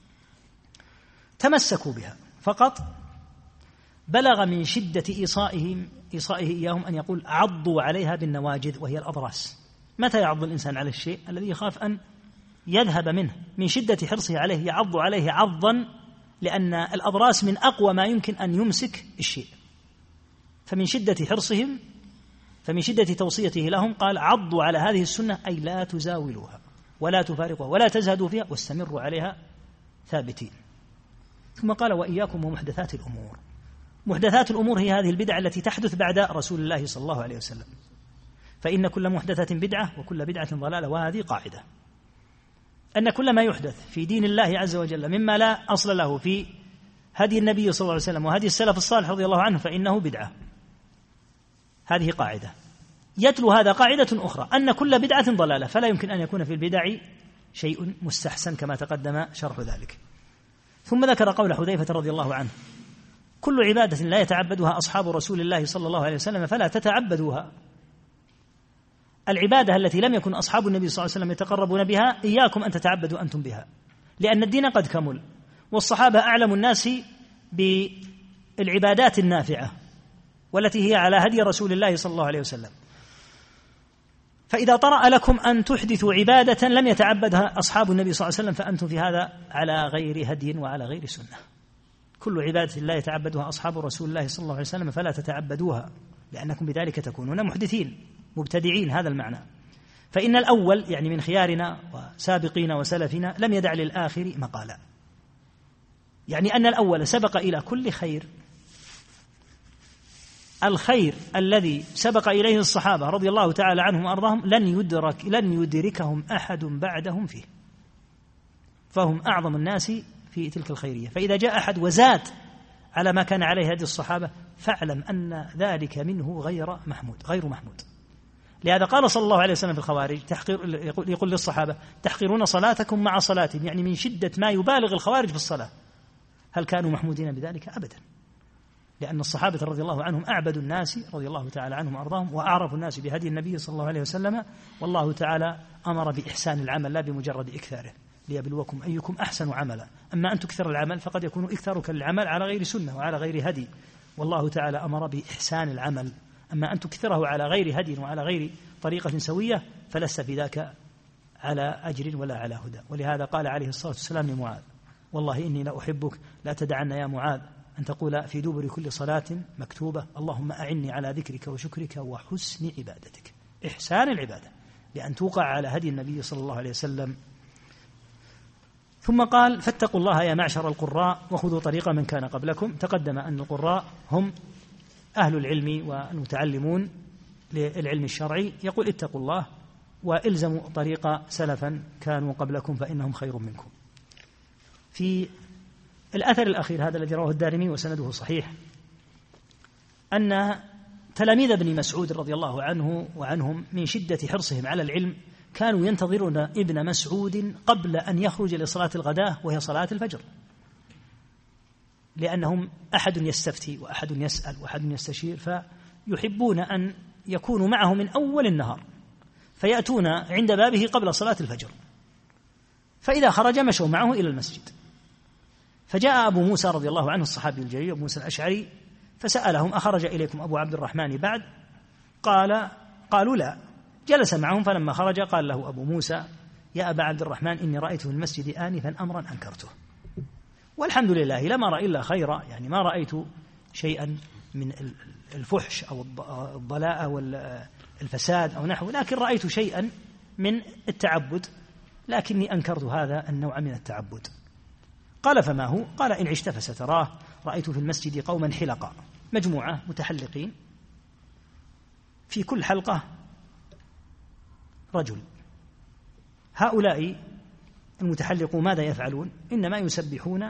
تمسكوا بها فقط. بلغ من شدة إيصائهم إيصائه إياهم أن يقول: عضوا عليها بالنواجذ، وهي الأضراس. متى يعض الإنسان على الشيء الذي يخاف أن يذهب منه؟ من شدة حرصه عليه يعض عليه عضا، لأن الأضراس من أقوى ما يمكن أن يمسك الشيء. فمن شدة حرصهم، فمن شدة توصيته لهم قال: عضوا على هذه السنة، أي لا تزاولوها ولا تفارقوها ولا تزهدوا فيها واستمروا عليها ثابتين. ثم قال: وإياكم ومحدثات الأمور. محدثات الأمور هي هذه البدع التي تحدث بعد رسول الله صلى الله عليه وسلم، فإن كل محدثة بدعة وكل بدعة ضلالة. وهذه قاعدة، أن كل ما يحدث في دين الله عز وجل مما لا أصل له في هدي النبي صلى الله عليه وسلم وهدي السلف الصالح رضي الله عنه فإنه بدعة. هذه قاعدة. يتلو هذا قاعدة أخرى، أن كل بدعة ضلالة، فلا يمكن أن يكون في البدع شيء مستحسن كما تقدم شرح ذلك. ثم ذكر قول حذيفة رضي الله عنه: كل عبادة لا يتعبدها أصحاب رسول الله صلى الله عليه وسلم فلا تتعبدوها. العبادة التي لم يكن أصحاب النبي صلى الله عليه وسلم يتقربون بها إياكم أن تتعبدوا أنتم بها، لأن الدين قد كمل، والصحابة أعلم الناس بالعبادات النافعة والتي هي على هدي رسول الله صلى الله عليه وسلم. فإذا طرأ لكم أن تحدثوا عبادة لم يتعبدها أصحاب النبي صلى الله عليه وسلم فأنتم في هذا على غير هدي وعلى غير سنة. كل عبادة لا يتعبدها أصحاب رسول الله صلى الله عليه وسلم فلا تتعبدوها، لأنكم بذلك تكونون محدثين مبتدعين. هذا المعنى. فإن الأول يعني من خيارنا وسابقين وسلفنا لم يدع للآخر مقالا، يعني أن الأول سبق إلى كل خير. الخير الذي سبق إليه الصحابة رضي الله تعالى عنهم وأرضاهم لن يدرك لن يدركهم أحد بعدهم فيه، فهم أعظم الناس في تلك الخيرية. فإذا جاء أحد وزاد على ما كان عليه هدي الصحابة فاعلم أن ذلك منه غير محمود غير محمود. لهذا قال صلى الله عليه وسلم في الخوارج تحقير، يقول للصحابة: تحقرون صلاتكم مع صلاتهم، يعني من شدة ما يبالغ الخوارج في الصلاة. هل كانوا محمودين بذلك؟ أبدا، لأن الصحابة رضي الله عنهم أعبد الناس رضي الله تعالى عنهم وأرضاهم، وأعرف الناس بهدي النبي صلى الله عليه وسلم. والله تعالى أمر بإحسان العمل لا بمجرد إكثاره، ليبلوكم أيكم أحسن عملا. أما أن تكثر العمل فقد يكون إكثارك للعمل على غير سنة وعلى غير هدي، والله تعالى أمر بإحسان العمل. أما أن تكثره على غير هدي وعلى غير طريقة سوية فلست بذاك على أجر ولا على هدى. ولهذا قال عليه الصلاة والسلام لمعاذ: والله إني لا أحبك لا تدعن يا معاذ أن تقول في دبر كل صلاة مكتوبة: اللهم أعني على ذكرك وشكرك وحسن عبادتك. إحسان العبادة بأن توقع على هدي النبي صلى الله عليه وسلم. ثم قال: فاتقوا الله يا معشر القراء وخذوا طريق من كان قبلكم. تقدم أن القراء هم أهل العلم والمتعلمون للعلم الشرعي. يقول: اتقوا الله وإلزموا طريق سلفا كانوا قبلكم فإنهم خير منكم. في الأثر الأخير هذا الذي رواه الدارمي وسنده صحيح أن تلاميذ ابن مسعود رضي الله عنه وعنهم من شدة حرصهم على العلم كانوا ينتظرون ابن مسعود قبل أن يخرج لصلاة الغداء وهي صلاة الفجر، لأنهم أحد يستفتي وأحد يسأل وأحد يستشير، فيحبون أن يكونوا معه من أول النهار، فيأتون عند بابه قبل صلاة الفجر، فإذا خرج مشوا معه إلى المسجد. فجاء أبو موسى رضي الله عنه الصحابي الجليل أبو موسى الأشعري فسألهم: أخرج إليكم أبو عبد الرحمن بعد؟ قال قالوا لا. جلس معهم، فلما خرج قال له أبو موسى: يا أبا عبد الرحمن إني رأيت في المسجد آنفا أمرا أنكرته، والحمد لله لم أرى إلا خيرا، يعني ما رأيت شيئا من الفحش أو الضلاء والفساد أو نحو، لكن رأيت شيئا من التعبد، لكني أنكرت هذا النوع من التعبد. قال: فما هو؟ قال: إن عشت فستراه، رأيت في المسجد قوما حلقا، مجموعة متحلقين، في كل حلقة رجل، هؤلاء المتحلقون ماذا يفعلون؟ إنما يسبحون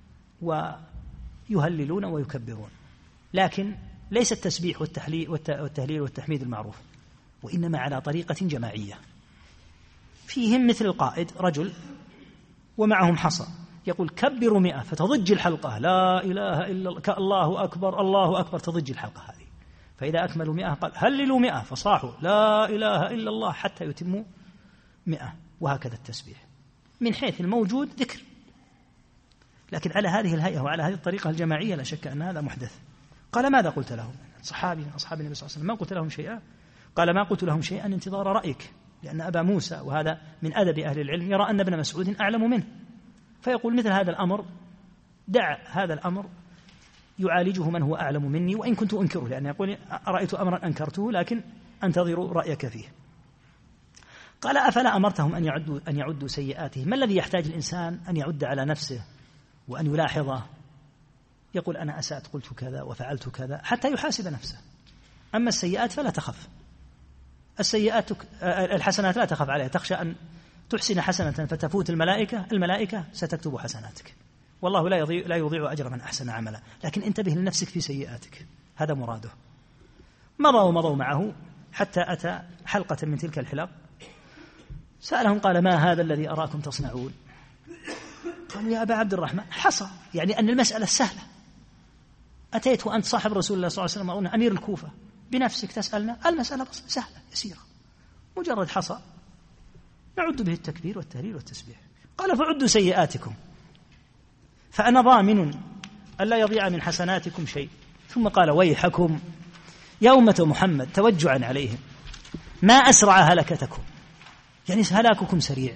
ويهللون ويكبرون، لكن ليس التسبيح والتهليل والتحميد المعروف، وإنما على طريقة جماعية. فيهم مثل القائد رجل ومعهم حصى يقول كبروا مئة فتضج الحلقة، لا إله إلا الله، الله أكبر الله أكبر، تضج الحلقة هذه. فإذا أكملوا مئة قال هللوا مئة فصاحوا لا إله إلا الله حتى يتموا مئة، وهكذا التسبيح من حيث الموجود ذكر، لكن على هذه الهيئة وعلى هذه الطريقة الجماعية لا شك أن هذا محدث. قال ماذا قلت لهم؟ صحابي أصحاب النبي صلى الله عليه وسلم ما قلت لهم شيئا؟ قال ما قلت لهم شيئا انتظار رأيك، لأن أبا موسى وهذا من أدب أهل العلم يرى أن ابن مسعود أعلم منه، فيقول مثل هذا الأمر دع هذا الأمر يعالجه من هو أعلم مني وإن كنت أنكره، لأن يقول رأيت أمرا أنكرته لكن أنتظر رأيك فيه. قال أفلا أمرتهم أن يعدوا, أن يعدوا سيئاتهم؟ ما الذي يحتاج الإنسان أن يعد على نفسه وأن يلاحظه؟ يقول أنا أسأت قلت كذا وفعلت كذا حتى يحاسب نفسه. أما السيئات فلا تخف، السيئات الحسنات لا تخف عليها، تخشى أن تحسن حسنة فتفوت الملائكة، الملائكة ستكتب حسناتك، والله لا يضيع, لا يضيع أجر من أحسن عملا، لكن انتبه لنفسك في سيئاتك، هذا مراده. مضوا ومضوا معه حتى أتى حلقة من تلك الحلق، سألهم قال ما هذا الذي أراكم تصنعون؟ قالوا يا أبا عبد الرحمن حصى، يعني أن المسألة سهلة، أتيت وأنت صاحب رسول الله صلى الله عليه وسلم أمير الكوفة بنفسك تسألنا، المسألة سهلة يسيرة، مجرد حصى نعد به التكبير والتهليل والتسبيح. قال فعدوا سيئاتكم فأنا ضامن ألا يضيع من حسناتكم شيء. ثم قال ويحكم يا أمة محمد توجعا عليهم ما أسرع هلكتكم، يعني هلاككم سريع،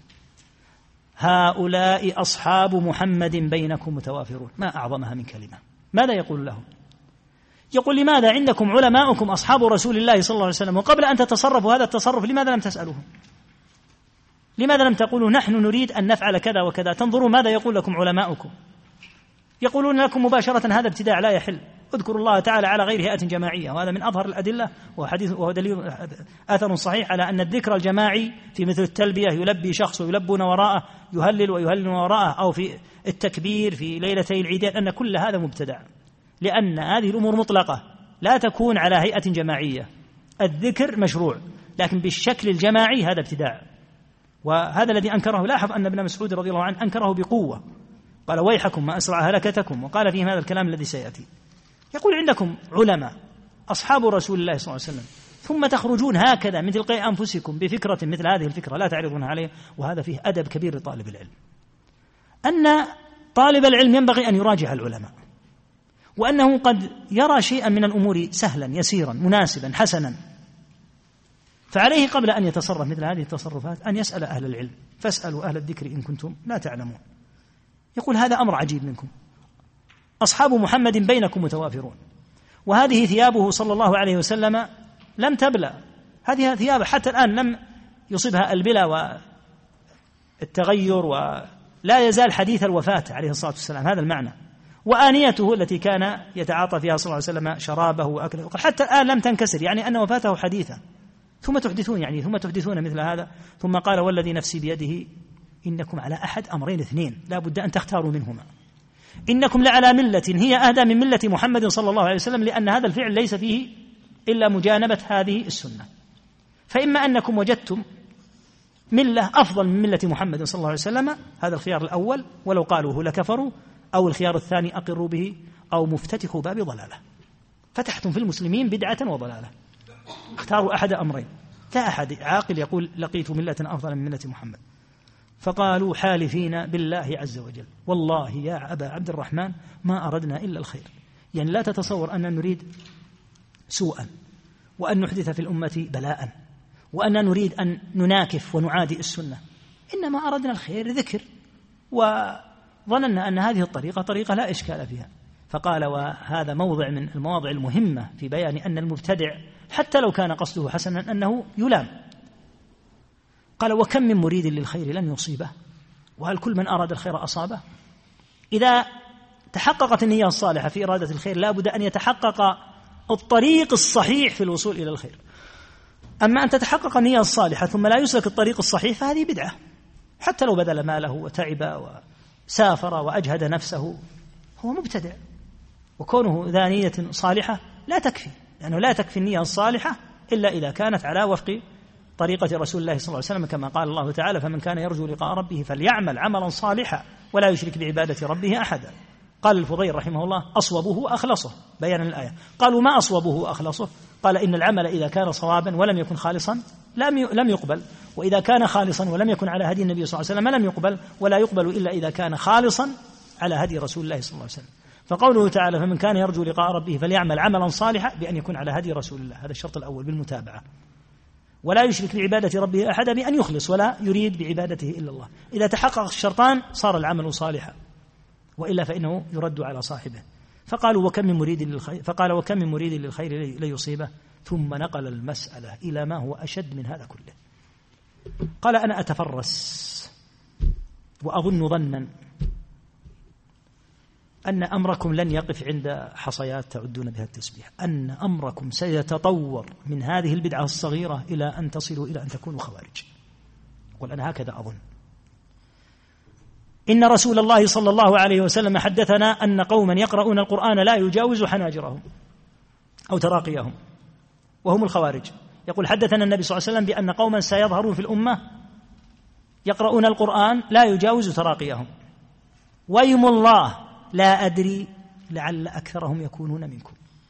هؤلاء أصحاب محمد بينكم متوافرون، ما أعظمها من كلمة. ماذا يقول لهم؟ يقول لماذا عندكم علماؤكم أصحاب رسول الله صلى الله عليه وسلم، وقبل أن تتصرفوا هذا التصرف لماذا لم تسألوهم؟ لماذا لم تقولوا نحن نريد أن نفعل كذا وكذا؟ تنظروا ماذا يقول لكم علماؤكم، يقولون لكم مباشرة هذا ابتداع لا يحل، اذكروا الله تعالى على غير هيئة جماعية، وهذا من أظهر الأدلة وحديث وهو دليل أثر صحيح على أن الذكر الجماعي في مثل التلبية يلبي شخص ويلبون وراءه، يهلل ويهلل وراءه، أو في التكبير في ليلتي العيدين، أن كل هذا مبتدع، لأن هذه الأمور مطلقة لا تكون على هيئة جماعية. الذكر مشروع لكن بالشكل الجماعي هذا ابتداع، وهذا الذي أنكره. لاحظ أن ابن مسعود رضي الله عنه أنكره بقوة، قال ويحكم ما أسرع هلكتكم، وقال فيهم هذا الكلام الذي سيأتي. يقول عندكم علماء أصحاب رسول الله صلى الله عليه وسلم ثم تخرجون هكذا من تلقاء أنفسكم بفكرة مثل هذه الفكرة لا تعرضون عليها، وهذا فيه أدب كبير لطالب العلم، أن طالب العلم ينبغي أن يراجع العلماء، وأنه قد يرى شيئا من الأمور سهلا يسيرا مناسبا حسنا، فعليه قبل أن يتصرف مثل هذه التصرفات أن يسأل أهل العلم، فاسألوا أهل الذكر إن كنتم لا تعلمون. يقول هذا أمر عجيب منكم، أصحاب محمد بينكم متوافرون، وهذه ثيابه صلى الله عليه وسلم لم تبلى، هذه ثيابه حتى الآن لم يصبها البلا والتغير، ولا يزال حديث الوفاة عليه الصلاة والسلام، هذا المعنى. وآنيته التي كان يتعاطى فيها صلى الله عليه وسلم شرابه وأكله حتى الآن لم تنكسر، يعني أن وفاته حديثة، ثم تحدثون يعني ثم تحدثون مثل هذا. ثم قال والذي نفسي بيده إنكم على أحد أمرين اثنين لا بد أن تختاروا منهما، إنكم لعلى ملة هي أهدى من ملة محمد صلى الله عليه وسلم، لأن هذا الفعل ليس فيه إلا مجانبة هذه السنة، فإما أنكم وجدتم ملة أفضل من ملة محمد صلى الله عليه وسلم، هذا الخيار الأول ولو قالوه لكفروا، أو الخيار الثاني أقروا به أو مفتتحوا باب ضلالة، فتحتم في المسلمين بدعة وضلالة، اختاروا أحد أمرين، لا أحد عاقل يقول لقيت ملة أفضل من ملة محمد. فقالوا حالفين بالله عز وجل والله يا أبا عبد الرحمن ما أردنا إلا الخير، يعني لا تتصور أن نريد سوءا وأن نحدث في الأمة بلاء وأن نريد أن نناكف ونعادي السنة، إنما أردنا الخير ذكر، وظننا أن هذه الطريقة طريقة لا إشكال فيها. فقال وهذا موضع من المواضع المهمة في بيان أن المبتدع حتى لو كان قصده حسنا أنه يلام. قال وكم من مريد للخير لن يصيبه، وهل كل من أراد الخير أصابه؟ إذا تحققت النية الصالحة في إرادة الخير لا بد أن يتحقق الطريق الصحيح في الوصول إلى الخير. أما أن تتحقق النية الصالحة ثم لا يسلك الطريق الصحيح فهذه بدعة، حتى لو بذل ماله وتعب وسافر وأجهد نفسه هو مبتدع، وكونه ذا نية صالحة لا تكفي، لأنه لا تكفي النية الصالحة إلا إذا كانت على وفق طريقة رسول الله صلى الله عليه وسلم، كما قال الله تعالى: فمن كان يرجو لقاء ربه فليعمل عملا صالحا ولا يشرك بعبادة ربه أحدا. قال الفضيل رحمه الله: أصوبه أخلصه، بيانا الآية. قالوا: ما أصوبه أخلصه؟ قال: إن العمل إذا كان صوابا ولم يكن خالصا لم يقبل، وإذا كان خالصا ولم يكن على هدي النبي صلى الله عليه وسلم لم يقبل، ولا يقبل إلا إذا كان خالصا على هدي رسول الله صلى الله عليه وسلم. فقوله تعالى: فمن كان يرجو لقاء ربه فليعمل عملا صالحا، بأن يكون على هدي رسول الله، هذا الشرط الأول بالمتابعة، ولا يشرك بعبادة ربه أحدا، بأن يخلص ولا يريد بعبادته إلا الله. إذا تحقق الشرطان صار العمل صالحا، وإلا فإنه يرد على صاحبه. فقالوا: وكم من مريد للخير فقال وكم من مريد للخير ليصيبه، ثم نقل المسألة إلى ما هو أشد من هذا كله. قال: أنا أتفرس وأظن ظنا أن أمركم لن يقف عند حصيات تعدون بها التسبيح، أن أمركم سيتطور من هذه البدعة الصغيرة إلى أن تصلوا إلى أن تكونوا خوارج. قل أنا هكذا أظن. إن رسول الله صلى الله عليه وسلم حدثنا أن قوما يقرؤون القرآن لا يجاوز حناجرهم أو تراقيهم، وهم الخوارج. يقول: حدثنا النبي صلى الله عليه وسلم بأن قوما سيظهرون في الأمة يقرؤون القرآن لا يجاوز تراقيهم، ويم الله لا أدري لعل أكثرهم يكونون منكم.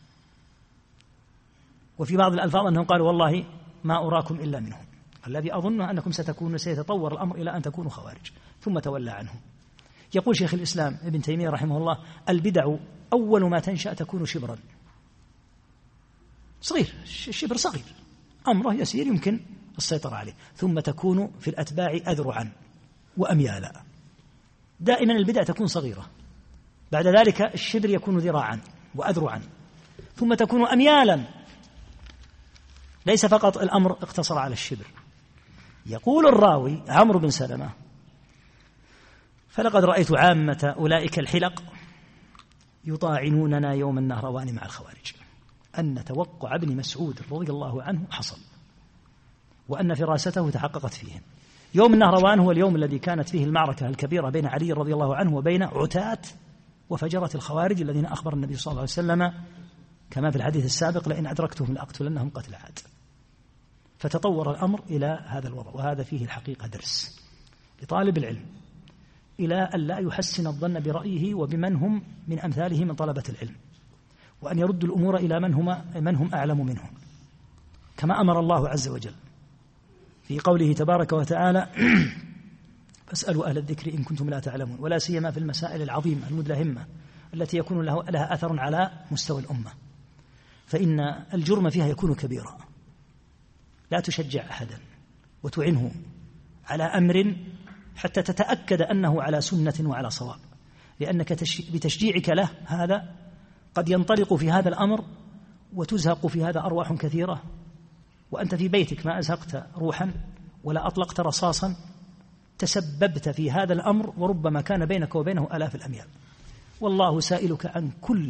وفي بعض الألفاظ أنهم قالوا: والله ما أراكم إلا منهم، الذي أظن أنكم ستكونوا سيتطور الأمر إلى أن تكونوا خوارج. ثم تولى عنهم. يقول شيخ الإسلام ابن تيمية رحمه الله: البدع أول ما تنشأ تكون شبرا صغير، الشبر صغير، أمره يسير يمكن السيطرة عليه، ثم تكون في الأتباع أذرعا وأميالا. دائما البدع تكون صغيرة، بعد ذلك الشبر يكون ذراعا وأذرعا، ثم تكون أميالا. ليس فقط الأمر اقتصر على الشبر. يقول الراوي عمرو بن سلمة: فلقد رأيت عامة أولئك الحلق يطاعنوننا يوم النهروان مع الخوارج، أن توقع ابن مسعود رضي الله عنه حصل، وأن فراسته تحققت فيهم. يوم النهروان هو اليوم الذي كانت فيه المعركة الكبيرة بين علي رضي الله عنه وبين عتاة وفجرة الخوارج الذين أخبر النبي صلى الله عليه وسلم كما في الحديث السابق: لئن أدركتهم لأقتلنهم قتل عاد. فتطور الأمر إلى هذا الوضع، وهذا فيه الحقيقة درس لطالب العلم إلى أن لا يحسن الظن برأيه وبمن هم من أمثاله من طلبة العلم، وأن يرد الأمور إلى من هم, من هم أعلم منهم، كما أمر الله عز وجل في قوله تبارك وتعالى: فاسألوا أهل الذكر إن كنتم لا تعلمون، ولا سيما في المسائل العظيمة المدلهمة التي يكون لها أثر على مستوى الأمة، فإن الجرم فيها يكون كبيرا. لا تشجع أحدا وتعنه على أمر حتى تتأكد أنه على سنة وعلى صواب، لأنك بتشجيعك له هذا قد ينطلق في هذا الأمر وتزهق في هذا أرواح كثيرة، وأنت في بيتك ما أزهقت روحا ولا أطلقت رصاصا، تسببت في هذا الأمر، وربما كان بينك وبينه آلاف الأميال. والله سائلك عن كل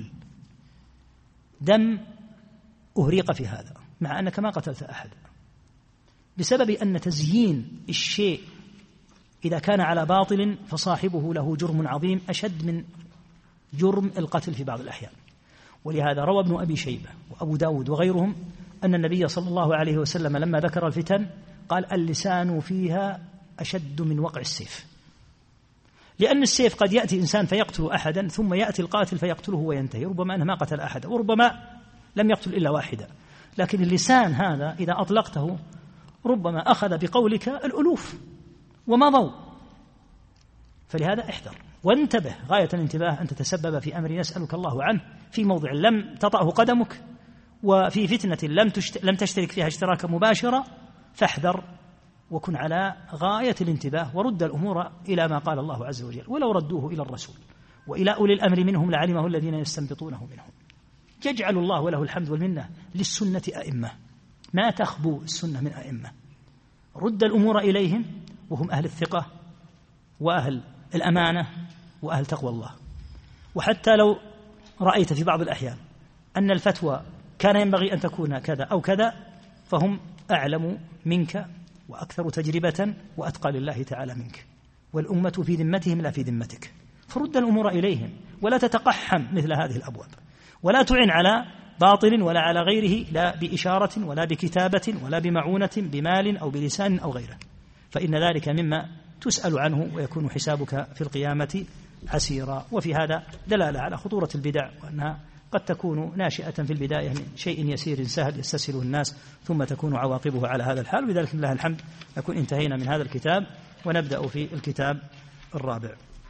دم أهريق في هذا، مع أنك ما قتلت أحد، بسبب أن تزيين الشيء إذا كان على باطل فصاحبه له جرم عظيم أشد من جرم القتل في بعض الأحيان. ولهذا روى ابن أبي شيبة وأبو داود وغيرهم أن النبي صلى الله عليه وسلم لما ذكر الفتن قال: اللسان فيها أشد من وقع السيف، لأن السيف قد يأتي إنسان فيقتل أحدا، ثم يأتي القاتل فيقتله وينتهي، ربما أنه ما قتل أحدا وربما لم يقتل إلا واحدا. لكن اللسان هذا إذا أطلقته ربما أخذ بقولك الألوف ومضوا. فلهذا احذر وانتبه غاية الانتباه أن تتسبب في أمر يسألك الله عنه في موضع لم تطأه قدمك، وفي فتنة لم لم تشترك فيها اشتراكا مباشرا، فاحذر وكن على غاية الانتباه، ورد الأمور إلى ما قال الله عز وجل، ولو ردوه إلى الرسول وإلى أولي الأمر منهم لعلمه الذين يستنبطونه منهم. يجعل الله وله الحمد والمنة للسنة أئمة، ما تخبو السنة من أئمة، رد الأمور إليهم وهم أهل الثقة وأهل الأمانة وأهل تقوى الله. وحتى لو رأيت في بعض الأحيان أن الفتوى كان ينبغي أن تكون كذا أو كذا، فهم أعلم منك وأكثر تجربة وأتقى لله تعالى منك، والأمة في ذمتهم لا في ذمتك، فرد الأمور إليهم ولا تتقحم مثل هذه الأبواب، ولا تعن على باطل ولا على غيره، لا بإشارة ولا بكتابة ولا بمعونة بمال أو بلسان أو غيره، فإن ذلك مما تسأل عنه ويكون حسابك في القيامة عسيرا. وفي هذا دلالة على خطورة البدع، وأنها قد تكون ناشئة في البداية من شيء يسير سهل يستسهله الناس، ثم تكون عواقبه على هذا الحال. وبذلك لله الحمد نكون انتهينا من هذا الكتاب، ونبدأ في الكتاب الرابع.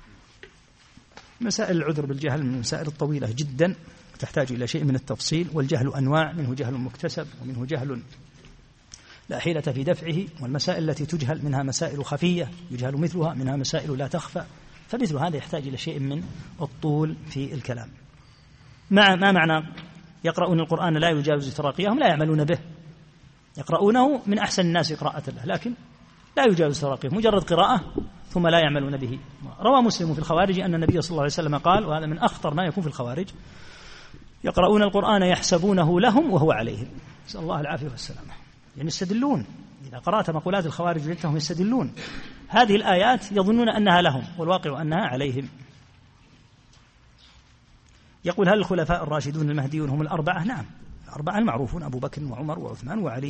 مسائل العذر بالجهل من المسائل الطويلة جدا، تحتاج إلى شيء من التفصيل، والجهل أنواع، منه جهل مكتسب ومنه جهل لا حيلة في دفعه، والمسائل التي تجهل منها مسائل خفية يجهل مثلها، منها مسائل لا تخفى، فمثل هذا يحتاج إلى شيء من الطول في الكلام. مع ما معنى يقرؤون القرآن لا يجاوز تراقيهم؟ لا يعملون به، يقرؤونه من أحسن الناس قراءة له، لكن لا يجاوز تراقيهم، مجرد قراءة ثم لا يعملون به. روى مسلم في الخوارج أن النبي صلى الله عليه وسلم قال، وهذا من أخطر ما يكون في الخوارج: يقرؤون القرآن يحسبونه لهم وهو عليهم. نسأل الله العافية والسلامة. يعني يستدلون، إذا قرأت مقولات الخوارج وجدتهم يستدلون هذه الآيات يظنون أنها لهم، والواقع أنها عليهم. يقول: هل الخلفاء الراشدون المهديون هم الأربعة؟ نعم، الأربعة المعروفون: أبو بكر وعمر وعثمان وعلي.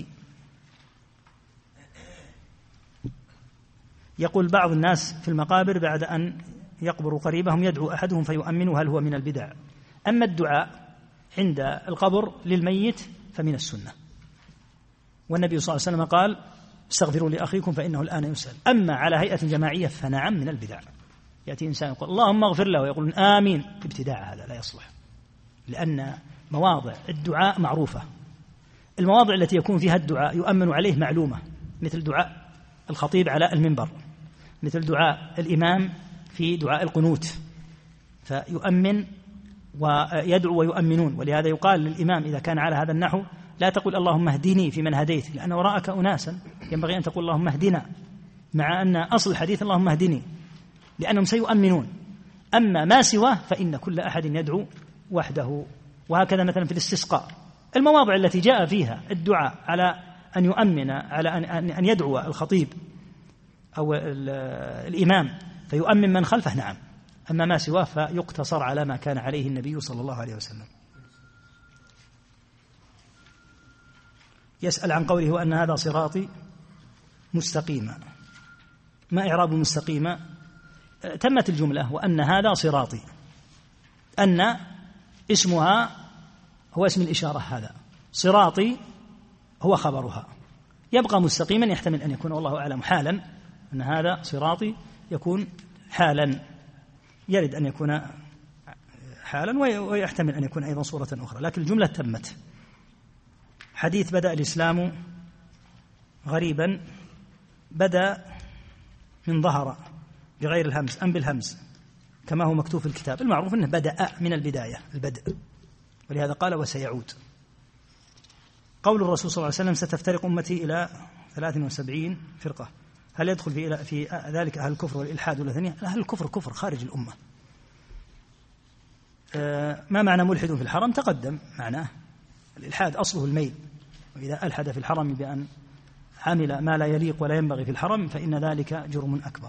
يقول: بعض الناس في المقابر بعد أن يقبروا قريبهم يدعو أحدهم فيؤمنه، هل هو من البدع؟ أما الدعاء عند القبر للميت فمن السنة، والنبي صلى الله عليه وسلم قال: استغفروا لأخيكم فإنه الآن يسأل. أما على هيئة جماعية فنعم من البدع. يأتي إنسان يقول اللهم اغفر له ويقولون آمين، ابتداع، هذا لا يصلح، لأن مواضع الدعاء معروفة. المواضع التي يكون فيها الدعاء يؤمن عليه معلومة، مثل دعاء الخطيب على المنبر، مثل دعاء الإمام في دعاء القنوت، فيؤمن ويدعو ويؤمنون. ولهذا يقال للإمام إذا كان على هذا النحو: لا تقول اللهم اهدني في من هديت، لأن وراءك أناسا ينبغي أن تقول اللهم اهدنا، مع أن أصل الحديث اللهم اهدني، لأنهم سيؤمنون. أما ما سواه فإن كل أحد يدعو وحده. وهكذا مثلا في الاستسقاء، المواضع التي جاء فيها الدعاء على أن يؤمن، على أن يدعو الخطيب أو الإمام فيؤمن من خلفه، نعم. أما ما سواه فيقتصر على ما كان عليه النبي صلى الله عليه وسلم. يسأل عن قوله وأن هذا صراطي مستقيما، ما إعراب مستقيما؟ تمت الجملة وأن هذا صراطي، أن اسمها هو اسم الإشارة، هذا صراطي هو خبرها، يبقى مستقيما يحتمل أن يكون والله أعلم حالا، أن هذا صراطي يكون حالا، يرد أن يكون حالا ويحتمل أن يكون أيضا صورة أخرى، لكن الجملة تمت. حديث بدأ الإسلام غريبا، بدأ من ظهر بغير الهمز أم بالهمز كما هو مكتوب في الكتاب، المعروف أنه بدأ من البداية، البدء، ولهذا قال وسيعود. قول الرسول صلى الله عليه وسلم ستفترق أمتي إلى ثلاث وسبعين فرقة، هل يدخل في, في ذلك أهل الكفر والإلحاد والثانية؟ أهل الكفر كفر خارج الأمة. ما معنى ملحد في الحرم؟ تقدم معناه الإلحاد أصله الميل، وإذا ألحد في الحرم بأن عمل ما لا يليق ولا ينبغي في الحرم فإن ذلك جرم أكبر.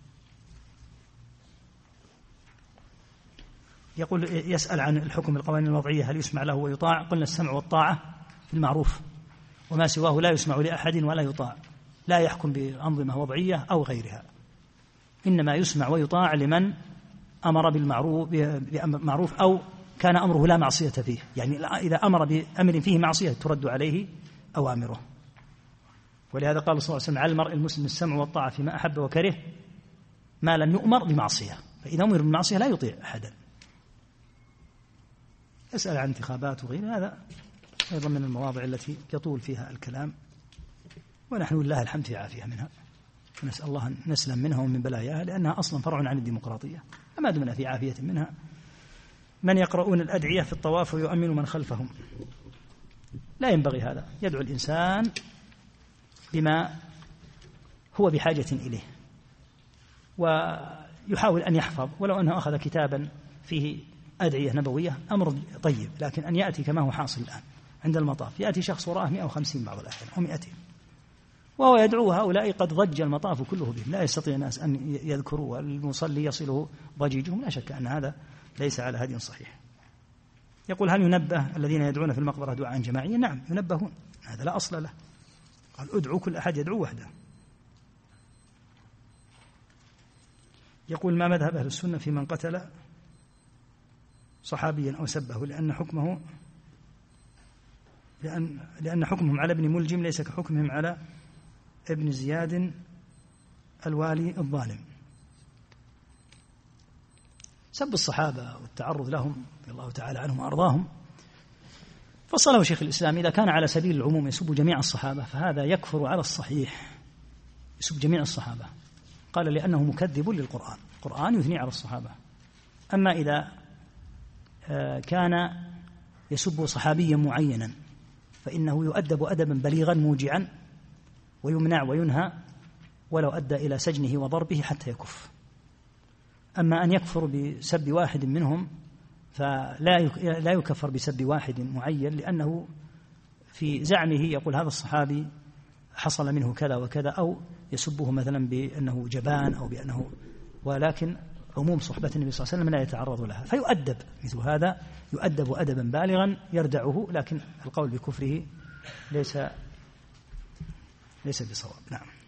يقول يسأل عن الحكم القوانين الوضعية، هل يسمع له ويطاع؟ قلنا السمع والطاعة في المعروف، وما سواه لا يسمع لأحد ولا يطاع، لا يحكم بأنظمة وضعية أو غيرها، إنما يسمع ويطاع لمن أمر بالمعروف بمعروف أو كان أمره لا معصية فيه، يعني إذا أمر بأمر فيه معصية ترد عليه أوامره. ولهذا قال صلى الله عليه وسلم على المرء المسلم السمع والطاعة فيما أحب وكره ما لم يؤمر بمعصية، فإذا أمر بالمعصية لا يطيع أحدا. يسأل عن انتخابات وغير هذا أيضا من المواضع التي يطول فيها الكلام، ونحن لله الحمد في عافية منها، ونسأل الله أن نسلم منها ومن بلاياها، لأنها أصلا فرع عن الديمقراطية، أما دمنا في عافية منها. من يقرؤون الأدعية في الطواف ويؤمن من خلفهم؟ لا ينبغي هذا، يدعو الإنسان بما هو بحاجة إليه، ويحاول أن يحفظ، ولو أنه أخذ كتابا فيه أدعية نبوية أمر طيب، لكن أن يأتي كما هو حاصل الآن عند المطاف، يأتي شخص وراءه مئة وخمسين بعض الأحيان أو مئتين، وهو يدعو هؤلاء قد ضج المطاف كله بهم، لا يستطيع الناس أن يذكروا والمصلي يصله ضجيجهم، لا شك أن هذا ليس على هدي صحيح. يقول هل ينبه الذين يدعون في المقبرة دعاء جماعيا؟ نعم ينبهون، هذا لا أصل له، قال ادعو كل أحد يدعو وحده. يقول ما مذهب أهل السنة في من قتل صحابيا أو سبه لأن حكمه لأن, لأن حكمهم على ابن ملجم ليس كحكمهم على ابن زياد الوالي الظالم. سب الصحابة والتعرض لهم رضي الله تعالى عنهم وأرضاهم فصله شيخ الإسلام إذا كان على سبيل العموم يسب جميع الصحابة فهذا يكفر على الصحيح، يسب جميع الصحابة، قال لأنه مكذب للقرآن، القرآن يثني على الصحابة. أما إذا كان يسب صحابيا معينا فإنه يؤدب أدبا بليغا موجعا ويمنع وينهى ولو أدى إلى سجنه وضربه حتى يكف. أما أن يكفر بسب واحد منهم فلا لا يكفر بسب واحد معين، لأنه في زعمه يقول هذا الصحابي حصل منه كذا وكذا، أو يسبه مثلا بأنه جبان أو بأنه، ولكن عموم صحبة النبي صلى الله عليه وسلم لا يتعرض لها، فيؤدب مثل هذا، يؤدب أدبا بالغا يردعه، لكن القول بكفره ليس ليس بصواب. نعم.